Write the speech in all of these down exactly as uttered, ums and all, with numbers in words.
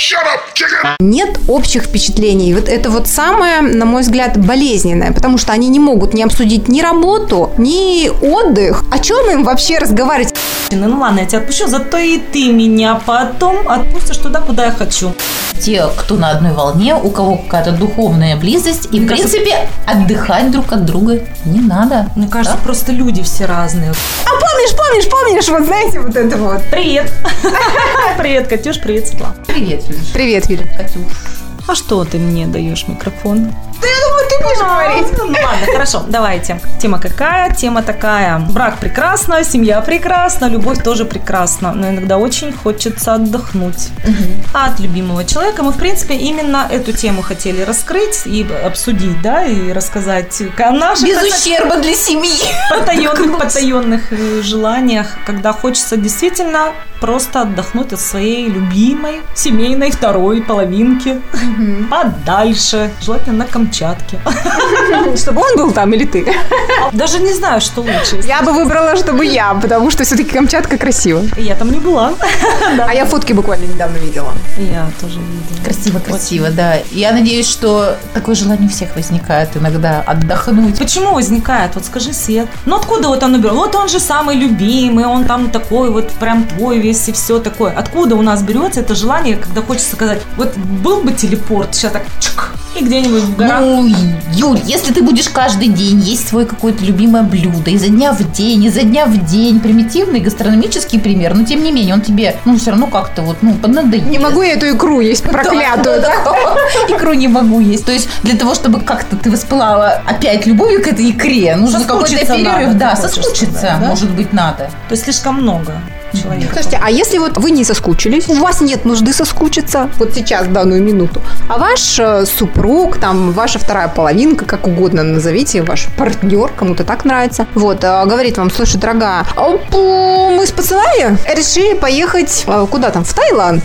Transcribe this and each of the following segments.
Нет общих впечатлений. Вот это вот самое, на мой взгляд, болезненное, потому что они не могут не обсудить ни работу, ни отдых. О чем им вообще разговаривать? Ну, ну ладно, я тебя отпущу, зато и ты меня потом отпустишь туда, куда я хочу. Те, кто на одной волне, у кого какая-то духовная близость, и, Мне в принципе, кажется... отдыхать друг от друга не надо. Мне кажется, да? просто люди все разные. А помнишь, помнишь, помнишь, вот знаете, вот это вот. Привет. Привет, Катюш, привет, Светлана. Привет, Юлюш. Привет, Юля. Катюш. А что ты мне даешь микрофон? Да я думаю, ты будешь говорить. Ну ладно, хорошо, давайте. Тема какая? Тема такая. Брак прекрасно, семья прекрасна, любовь тоже прекрасна. Но иногда очень хочется отдохнуть угу. от любимого человека. Мы, в принципе, именно эту тему хотели раскрыть и обсудить, да, и рассказать о наших... Без ущерба для семьи. Потаенных, потаенных желаниях, когда хочется действительно просто отдохнуть от своей любимой семейной второй половинки. Угу. Подальше. Желательно на Камчатке. Чтобы он был там или ты? Даже не знаю, что лучше. Я бы выбрала, чтобы я, потому что все-таки Камчатка красиво. Я там не была. А я фотки буквально недавно видела. Я тоже видела. Красиво-красиво, да. Я надеюсь, что такое желание у всех возникает иногда отдохнуть. Почему возникает? Вот скажи, Свет. Ну откуда вот оно берет? Вот он же самый любимый, он там такой вот прям твой весь и все такое. Откуда у нас берется это желание, когда хочется сказать, вот был бы телепорт, сейчас так чик, и где-нибудь в горах. Ну, Юль, если ты будешь каждый день есть свое какое-то любимое блюдо изо дня в день, изо дня в день, примитивный гастрономический пример, но тем не менее он тебе, ну, все равно как-то вот, ну, поднадоест. Не могу я эту икру есть проклятую. Икру не могу есть. То есть для того, чтобы как-то ты воспылала опять любовью к этой икре, нужно какой-то перерыв. Да, соскучиться, может быть, надо. То есть слишком много. Человека. Слушайте, а если вот вы не соскучились, у вас нет нужды соскучиться вот сейчас, в данную минуту, а ваш э, супруг, там, ваша вторая половинка, как угодно назовите, ваш партнер, кому-то так нравится, вот, э, говорит вам, слушай, дорогая, мы с пацанами решили поехать, э, куда там, в Таиланд,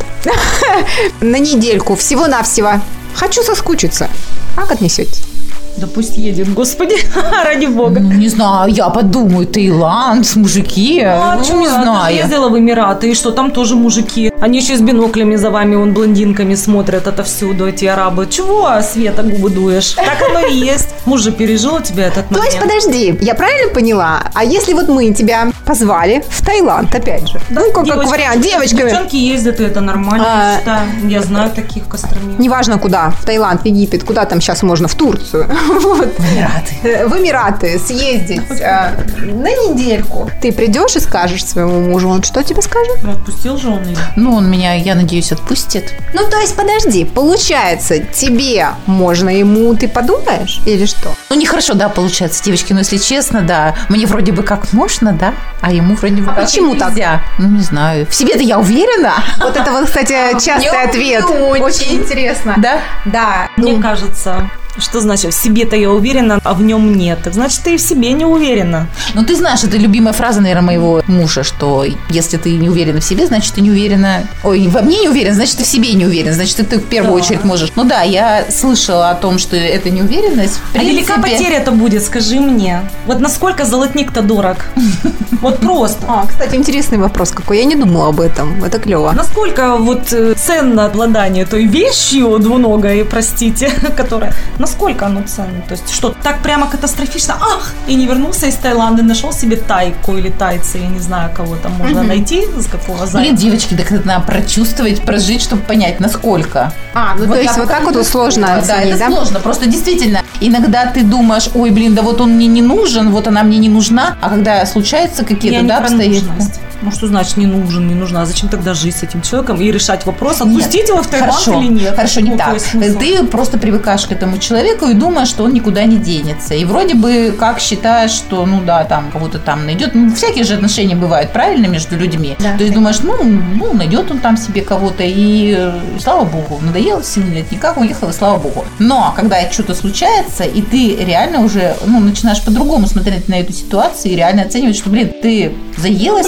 на недельку, всего-навсего. Хочу соскучиться. Как отнесетесь? Да пусть едет, господи, ради бога. Ну, не знаю, я подумаю, Таиланд, мужики, ну, а ну, чего? Не знаю. Ты ездила в Эмираты, и что, там тоже мужики. Они еще с биноклями за вами, вон, блондинками смотрят отовсюду, эти арабы. Чего, Света, губы дуешь? Так оно и есть. Муж же пережил у тебя этот момент. То есть, подожди, я правильно поняла? А если вот мы тебя позвали в Таиланд, опять же? Да, ну, как, девочки, как вариант, девочками. Девчонки ездят, и это нормально, а, я считаю. Я знаю таких Костроме. Неважно куда, в Таиланд, в Египет, куда там сейчас можно, в Турцию. Вот. В Эмираты. В Эмираты съездить э, на недельку. Ты придешь и скажешь своему мужу, он что тебе скажет? Ну, отпустил же он ее. Ну, он меня, я надеюсь, отпустит. Ну, то есть, подожди, получается, тебе можно, ему ты подумаешь или что? Ну, нехорошо, да, получается, девочки, но если честно, да, мне вроде бы как можно, да, а ему вроде бы а как почему нельзя. Так? Ну, не знаю. В себе-то я уверена. Вот это вот, кстати, частый ответ. Очень интересно. Да? Да. Мне кажется... Что значит, в себе-то я уверена, а в нем нет? Значит, ты и в себе не уверена. Ну, ты знаешь, это любимая фраза, наверное, моего мужа, что если ты не уверена в себе, значит, ты не уверена... Ой, во мне не уверена, значит, ты в себе не уверена, значит, ты, ты в первую да. очередь можешь... Ну да, я слышала о том, что это неуверенность. В принципе... А велика потеря-то будет, скажи мне. Вот насколько золотник-то дорог? Вот просто. А, кстати, интересный вопрос какой. Я не думала об этом. Это клево. Насколько вот ценно обладание той вещью двуногой, простите, которая... Насколько оно ценно? То есть, что, так прямо катастрофично? Ах! И не вернулся из Таиланда, нашел себе тайку или тайца, я не знаю, кого там можно mm-hmm. найти, с какого зайца. Блин, девочки, так это надо прочувствовать, прожить, чтобы понять, насколько. А, ну вот то есть вот так вот сложно оценить, да? Это да? сложно, просто действительно, иногда ты думаешь, ой, блин, да вот он мне не нужен, вот она мне не нужна, а когда случаются какие-то, да, обстоятельства. Ну, что значит не нужен, не нужна? Зачем тогда жить с этим человеком и решать вопрос, отпустить нет, его в Таиланд хорошо, или нет? Хорошо, не ну, так. Ты просто привыкаешь к этому человеку и думаешь, что он никуда не денется. И вроде бы как считаешь, что, ну да, там кого-то там найдет. Ну, всякие же отношения бывают, правильно, между людьми. Да. То есть думаешь, ну, ну, найдет он там себе кого-то, и, и слава богу, надоело, сил нет никак, уехал, и слава богу. Но когда что-то случается, и ты реально уже, ну, начинаешь по-другому смотреть на эту ситуацию и реально оценивать, что, блин, ты заелась блин, в своей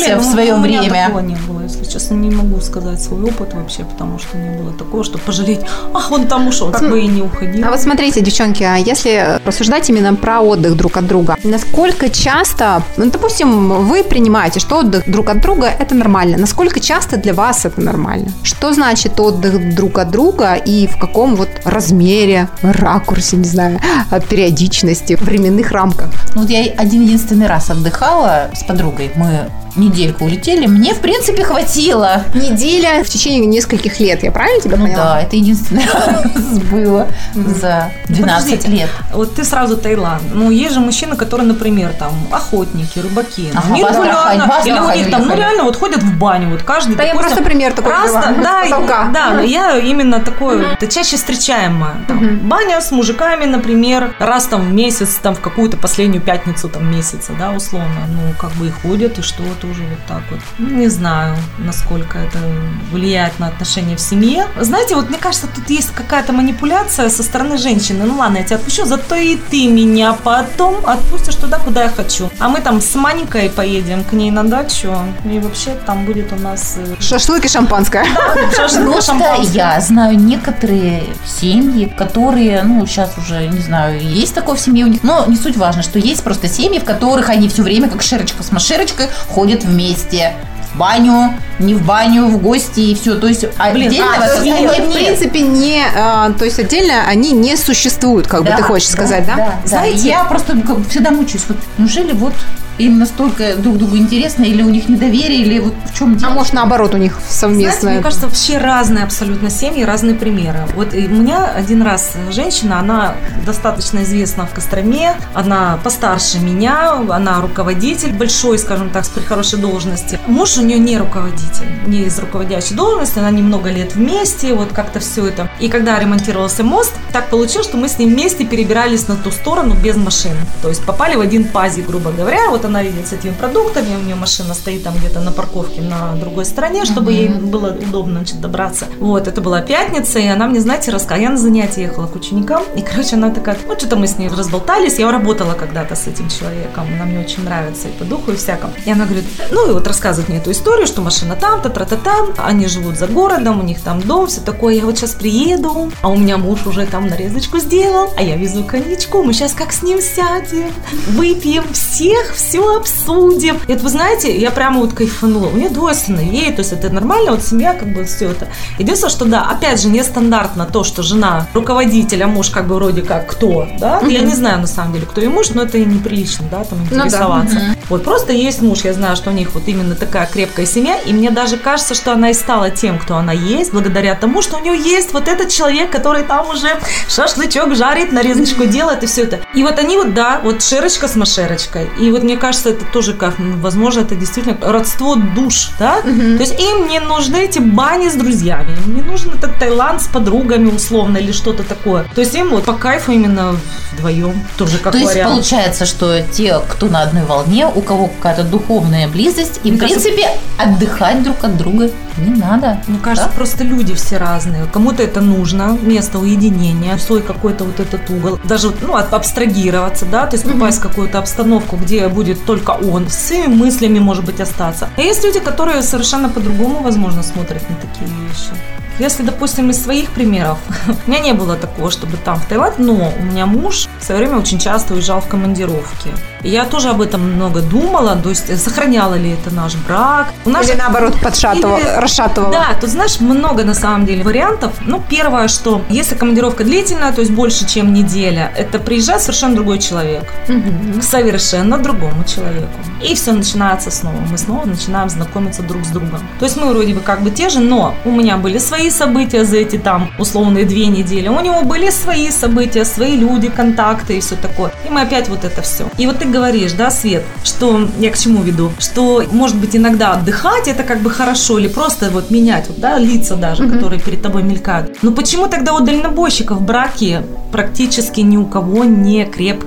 свое ну, время. У меня такого не было, если честно, не могу сказать свой опыт вообще, потому что не было такого, чтобы пожалеть, ах, он там ушел, как бы и не уходил. А вот смотрите, девчонки, а если рассуждать именно про отдых друг от друга, насколько часто, ну, допустим, вы принимаете, что отдых друг от друга – это нормально, насколько часто для вас это нормально? Что значит отдых друг от друга и в каком вот размере, ракурсе, не знаю, периодичности, временных рамках? Ну, вот я один-единственный раз отдыхала с подругой, мы недельку улетели, мне, в принципе, хватило. Неделя в течение нескольких лет, я правильно тебя ну, поняла? Да, это единственный раз было mm-hmm. за двенадцать Подождите, лет. Вот ты сразу Таиланд. Ну, есть же мужчины, которые, например, там, охотники, рыбаки. Ага, у них регулярно, или у них там, ну, ехали. реально, вот ходят в баню, вот каждый, да, допустим, я просто пример такой раз, взяла, да, да, но я именно такое, это чаще встречаемое. Там, mm-hmm. баня с мужиками, например, раз там в месяц, там, в какую-то последнюю пятницу там месяца, да, условно. Ну, как бы и ходят, и что тоже вот так вот. Не знаю, насколько это влияет на отношения в семье. Знаете, вот мне кажется, тут есть какая-то манипуляция со стороны женщины. Ну ладно, я тебя отпущу, зато и ты меня потом отпустишь туда, куда я хочу. А мы там с Манькой поедем к ней на дачу, и вообще там будет у нас... Шашлык и шампанское. Просто я знаю некоторые семьи, которые, ну, сейчас уже, не знаю, есть такое в семье у них, но не суть важно, что есть просто семьи, в которых они все время, как Шерочка с Машерочкой, ходят вместе. В баню, не в баню, в гости и все. То есть отдельного а, состояния нет. В принципе, не, а, то есть отдельно они не существуют, как да, бы ты хочешь да, сказать, да? Да, знаете, да. Я просто как бы всегда мучаюсь. Вот неужели вот им настолько друг другу интересно, или у них недоверие, или вот в чем дело? А может, наоборот, у них совместное. Знаете, мне кажется, вообще разные абсолютно семьи, разные примеры. Вот у меня один раз женщина, она достаточно известна в Костроме, она постарше меня, она руководитель большой, скажем так, при хорошей должности. Муж у нее не руководитель, не из руководящей должности, она немного лет вместе, вот как-то все это. И когда ремонтировался мост, так получилось, что мы с ним вместе перебирались на ту сторону без машин. То есть попали в один пазик, грубо говоря. Вот она едет с этими продуктами, у нее машина стоит там где-то на парковке на другой стороне, чтобы mm-hmm. ей было удобно, значит, добраться. Вот, это была пятница, и она мне, знаете, рассказала, я на занятия ехала к ученикам, и, короче, она такая, вот что-то мы с ней разболтались, я работала когда-то с этим человеком, она мне очень нравится и по духу, и всякому. И она говорит, ну, и вот рассказывает мне эту историю, что машина там-то, тра-та-там, они живут за городом, у них там дом, все такое, я вот сейчас приеду, а у меня муж уже там нарезочку сделал, а я везу коньячку, мы сейчас как с ним сядем, выпьем всех, все обсудим. И это, вы знаете, я прямо вот кайфанула. У нее двое сыновей, то есть это нормально, вот семья, как бы все это. Единственное, что да, опять же, нестандартно то, что жена руководитель, а муж как бы вроде как кто, да? Mm-hmm. Я не знаю, на самом деле, кто и муж, но это и неприлично, да, там интересоваться. Ну, да. Mm-hmm. Вот просто есть муж, я знаю, что у них вот именно такая крепкая семья, и мне даже кажется, что она и стала тем, кто она есть, благодаря тому, что у нее есть вот этот человек, который там уже шашлычок жарит, нарезочку делает и все это. И вот они вот, да, вот Шерочка с Машерочкой. И вот мне кажется, это тоже как, возможно, это действительно родство душ, да? Uh-huh. То есть им не нужны эти бани с друзьями, им не нужен этот Таиланд с подругами условно или что-то такое. То есть им вот по кайфу именно вдвоем тоже как То вариант. есть получается, что те, кто на одной волне, у кого какая-то духовная близость, и, мне в принципе, кажется, отдыхать друг от друга не надо. Мне кажется, да? Просто люди все разные. Кому-то это нужно, место уединения, свой какой-то вот этот угол. Даже, ну, абстрагироваться, да, то есть попасть uh-huh. в какую-то обстановку, где будет только он, с своими мыслями, может быть, остаться. А есть люди, которые совершенно по-другому, возможно, смотрят на такие вещи. Если, допустим, из своих примеров, у меня не было такого, чтобы там в Таиланд, но у меня муж в свое время очень часто уезжал в командировки. И я тоже об этом много думала, то есть сохраняла ли это наш брак. У нас... Или наоборот подшатывала, Или... расшатывала. Да, тут, знаешь, много на самом деле вариантов. Ну, первое, что если командировка длительная, то есть больше, чем неделя, это приезжает совершенно другой человек. Угу. К совершенно другому человеку. И все начинается снова. Мы снова начинаем знакомиться друг с другом. То есть мы вроде бы как бы те же, но у меня были свои события за эти там условные две недели. У него были свои события, свои люди, контакты и все такое. И мы опять вот это все. И вот ты говоришь, да, Свет, что я к чему веду? Что, может быть, иногда отдыхать это как бы хорошо, или просто вот менять, вот, да, лица даже, mm-hmm. которые перед тобой мелькают. Но почему тогда у дальнобойщиков браки практически ни у кого не крепкие?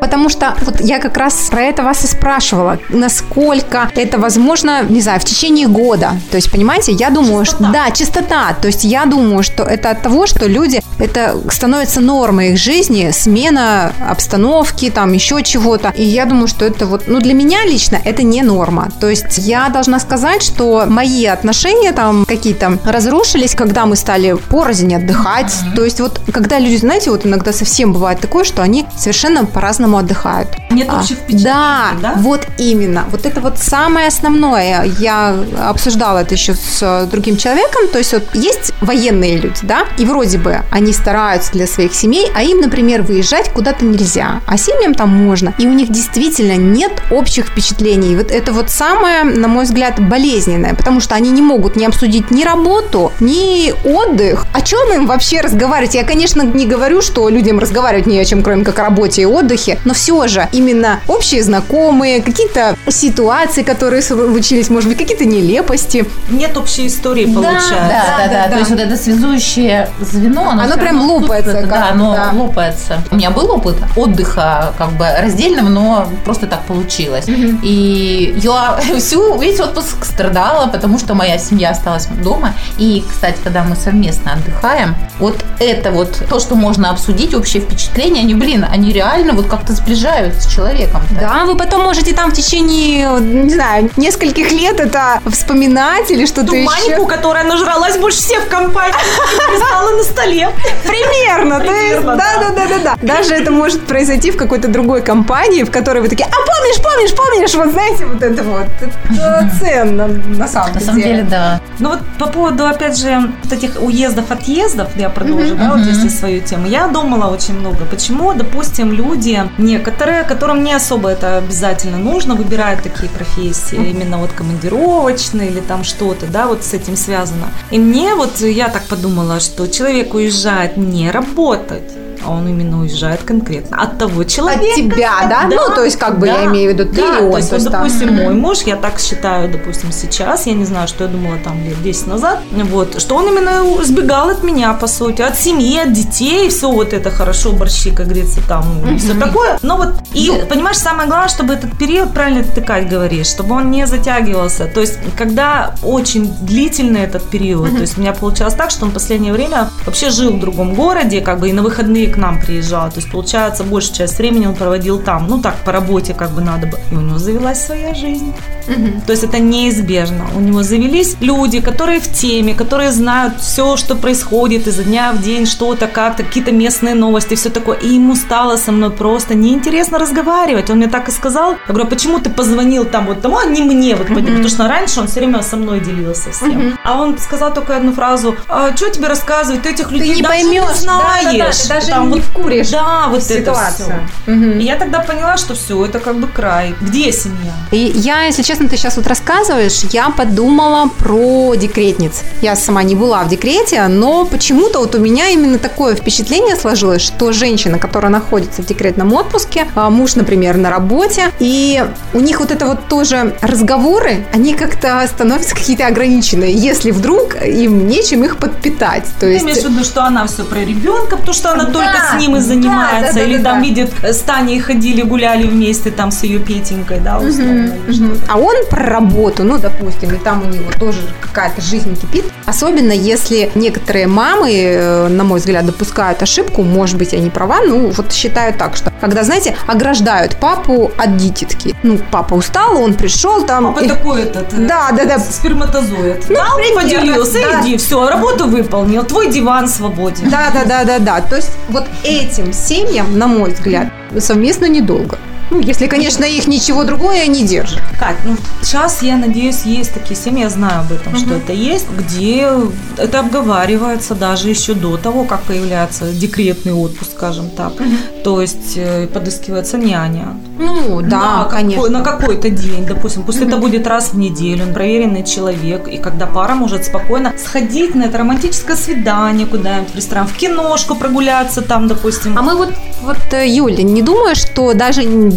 Потому что вот я как раз про это вас и спрашивала. Насколько это возможно, не знаю, в течение года. То есть, понимаете, я думаю, Чистота. что... Да, чистота. То есть я думаю, что это от того, что люди... Это становится нормой их жизни, смена обстановки, там еще чего-то. И я думаю, что это вот... Ну, для меня лично это не норма. То есть я должна сказать, что мои отношения там какие-то разрушились, когда мы стали порознь отдыхать. Mm-hmm. То есть вот когда люди, знаете, вот иногда совсем бывает такое, что они совершенно по-разному отдыхают. Нет общих впечатлений, да, да? Вот именно. Вот это вот самое основное. Я обсуждала это еще с другим человеком. То есть вот есть военные люди, да, и вроде бы они стараются для своих семей, а им, например, выезжать куда-то нельзя, а семьям там можно. И у них действительно нет общих впечатлений. Вот это вот самое, на мой взгляд, болезненное, потому что они не могут не обсудить ни работу, ни отдых. О чем им вообще разговаривать? Я, конечно, не говорю, что людям разговаривать не о чем, кроме как о работе и отдыхе, но все же именно общие знакомые, какие-то ситуации, которые случились, может быть, какие-то нелепости. Нет общей истории, получается. Да, да, да, да. да. То есть вот это связующее звено, оно, Оно прям лопается. Как, да, оно да. лопается. У меня был опыт отдыха как бы раздельного, но просто так получилось. Мгм. И я всю, весь отпуск страдала, потому что моя семья осталась дома. И, кстати, когда мы совместно отдыхаем, вот это вот то, что можно обсудить, общее впечатление, они, блин, они реально вот как-то сближают с человеком. Да, вы потом можете там в течение, не знаю, нескольких лет это вспоминать или что-то Ту еще. Маньку, которая нажралась больше всех в компании, лежала на столе. Примерно, то есть, Примерно, да, да. да, да, да, да. Даже это может произойти в какой-то другой компании, в которой вы такие, а помнишь, помнишь, помнишь, вот знаете, вот это вот. Это ценно, на самом На деле. самом деле, да. Ну вот по поводу, опять же, вот этих уездов-отъездов, я продолжу, Мгм, да, вот мгм. если свою тему, я думала очень много. Почему, допустим, люди, некоторые, которым не особо это обязательно нужно, выбирают такие профессии, именно вот командировочные или там что-то, да, вот с этим связано. И мне вот, я так подумала, что человек уезжает не работать, а он именно уезжает конкретно от того человека. От тебя, да? Ну, то есть, как бы, я имею в виду, ты да, или он, то есть, то есть, вот, там. допустим, мой муж, я так считаю, допустим, сейчас, я не знаю, что я думала там лет десять назад, вот, что он именно сбегал от меня, по сути, от семьи, от детей, все вот это хорошо, борщи, как говорится, там, и все такое. Но вот, и, понимаешь, самое главное, чтобы этот период, правильно ты, Кать, говоришь, чтобы он не затягивался. То есть, когда очень длительный этот период, то есть, у меня получалось так, что он в последнее время вообще жил в другом городе, как бы, и на выходные к нам приезжал. То есть, получается, большую часть времени он проводил там. Ну, так, по работе как бы надо бы. И у него завелась своя жизнь. Мгм. То есть, это неизбежно. У него завелись люди, которые в теме, которые знают все, что происходит изо дня в день, что-то, как-то, какие-то местные новости, все такое. И ему стало со мной просто неинтересно разговаривать. Он мне так и сказал. Я говорю, а почему ты позвонил там вот тому, а не мне? Вот, Мгм. потому что раньше он все время со мной делился всем. Мгм. А он сказал только одну фразу. А, что тебе рассказывать? Ты этих Ты людей не даже поймешь, не знаешь. да, да, да, ты даже Там не вот вкуришь Да, вот это ситуацию. все. Мгм. И я тогда поняла, что все, это как бы край. Где семья? И я, если честно, ты сейчас вот рассказываешь, я подумала про декретниц. Я сама не была в декрете, но почему-то вот у меня именно такое впечатление сложилось, что женщина, которая находится в декретном отпуске, а муж, например, на работе, и у них вот это вот тоже разговоры, они как-то становятся какие-то ограниченные, если вдруг им нечем их подпитать. То Ты есть... имеешь в виду, что она все про ребенка, потому что она Да, только с ним и да, занимается, да, да, или да, там да. видит, э, с Таней ходили, гуляли вместе там с ее Петенькой, да, условно. Мгм, или мгм. что-то. А он про работу, ну, допустим, и там у него тоже какая-то жизнь кипит. Особенно если некоторые мамы, э, на мой взгляд, допускают ошибку, может быть, я не права, ну, вот считаю так, что когда, знаете, ограждают папу от дитятки. Ну, папа устал, он пришел там... Папа и- такой этот, э, Да, да, да. сперматозоид. Ну, Дал, примерно, поделился, да. иди, все, работу выполнил, твой диван свободен. Да, да, да, да, да. То есть вот этим семьям, на мой взгляд, совместно недолго. Ну, если, конечно, их ничего другое не держит. Кать, ну сейчас, я надеюсь, есть такие семьи, я знаю об этом, что это есть, где это обговаривается даже еще до того, как появляется декретный отпуск, скажем так. То есть э, подыскивается няня. Ну, да, на, конечно. какой- на какой-то день, допустим, пусть это будет раз в неделю, он проверенный человек, и когда пара может спокойно сходить на это романтическое свидание куда-нибудь в ресторан, в киношку прогуляться там, допустим. А мы вот, вот, э, Юля, не думаешь, что даже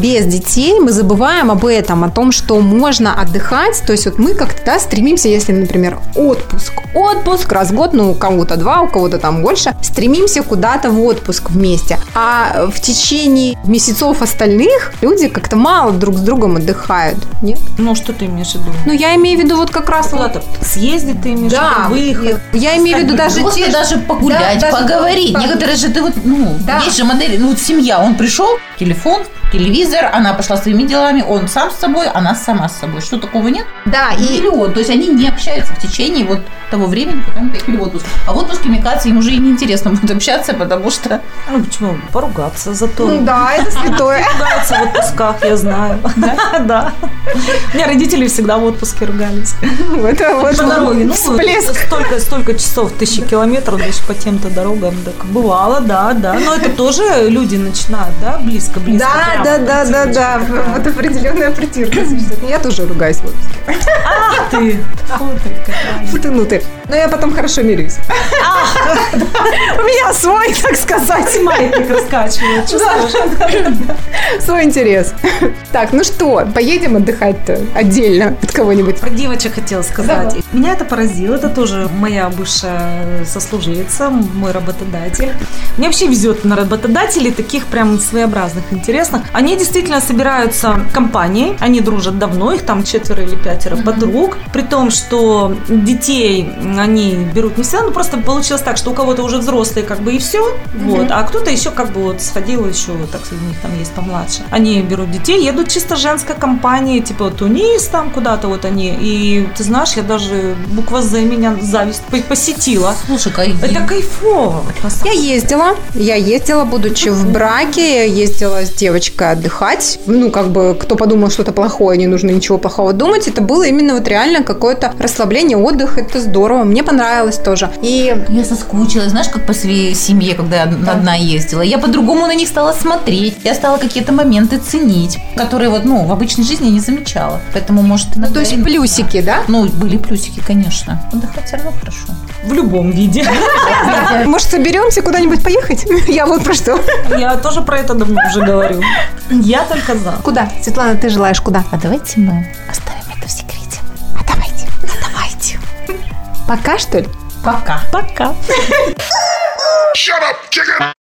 без детей мы забываем об этом, о том, что можно отдыхать. То есть вот мы как-то да, стремимся, если, например, отпуск. Отпуск раз в год, ну, у кого-то два, у кого-то там больше. Стремимся куда-то в отпуск вместе. А в течение месяцев остальных люди как-то мало друг с другом отдыхают. Нет? Ну, что ты имеешь в виду? Ну, я имею в виду вот как раз... Куда-то съездить ты имеешь да, в виду, выехать. Я имею в виду даже просто те... даже погулять, да, поговорить. даже... Некоторые же, ты вот, ну, да. есть же модели, ну, вот семья, он пришел, телефон, телевизор, она пошла своими делами, он сам с собой, она сама с собой. Что, такого нет? Да, и... Миллион. То есть они не общаются в течение вот того времени, пока они поехали в отпуск. А в отпуске, мне кажется, им уже и неинтересно будет общаться, потому что... Ну, почему? Поругаться зато. Ну, да, это святое. Ругаются в отпусках, я знаю. Да? Да. У меня родители всегда в отпуске ругались. Это вот по дороге. Ну, всплеск. Столько, столько часов, тысячи километров, даже по тем-то дорогам. Так бывало, да, да. Но это тоже люди начинают, да, близко-близко. Да, да, да, да, да. Вот определенная притирка существует. Я тоже ругаюсь в отпуске. Ах ты! Фу ты какая. Фу ты, ну ты. Но я потом хорошо мирюсь. У меня свой, так сказать. Маятник раскачивает. Свой интерес. Так, ну что, поедем отдыхать-то отдельно от кого-нибудь? Про девочек хотела сказать. Меня это поразило. Это тоже моя бывшая сослуживица, мой работодатель. Мне вообще везет на работодателей таких прям своеобразных, интересных. Они действительно собираются компанией. Они дружат давно, их там четверо или пятеро подруг. При том, что детей они берут не всегда, но просто получилось так, что у кого-то уже взрослые как бы и все, mm-hmm. вот, а кто-то еще как бы вот сходил еще, так сказать, у них там есть помладше. Они берут детей, едут чисто женской компанией, типа Тунис там куда-то вот они, и ты знаешь, я даже буква З меня зависть посетила. Слушай, кайф. Это кайфово. Я ездила, я ездила, будучи в браке, ездила с девочкой отдыхать, ну, как бы, кто подумал что-то плохое, не нужно ничего плохого думать, это было именно вот реально какое-то расслабление, отдых, это здорово. Мне понравилось тоже. И я соскучилась, знаешь, как по своей семье, когда я да. одна ездила. Я по-другому на них стала смотреть. Я стала какие-то моменты ценить, которые вот, ну, в обычной жизни не замечала. Поэтому, может, иногда... Ну, то есть плюсики, да? Ну, были плюсики, конечно. Отдыхать все равно хорошо. В любом виде. Может, соберемся куда-нибудь поехать? Я вот про что. Я тоже про это давно уже говорю. Я только за. Куда? Светлана, ты желаешь куда? А давайте мы оставим это в секрете. А давайте. А давайте. Пока, что ли? Пока. Пока. Shut up, chicken!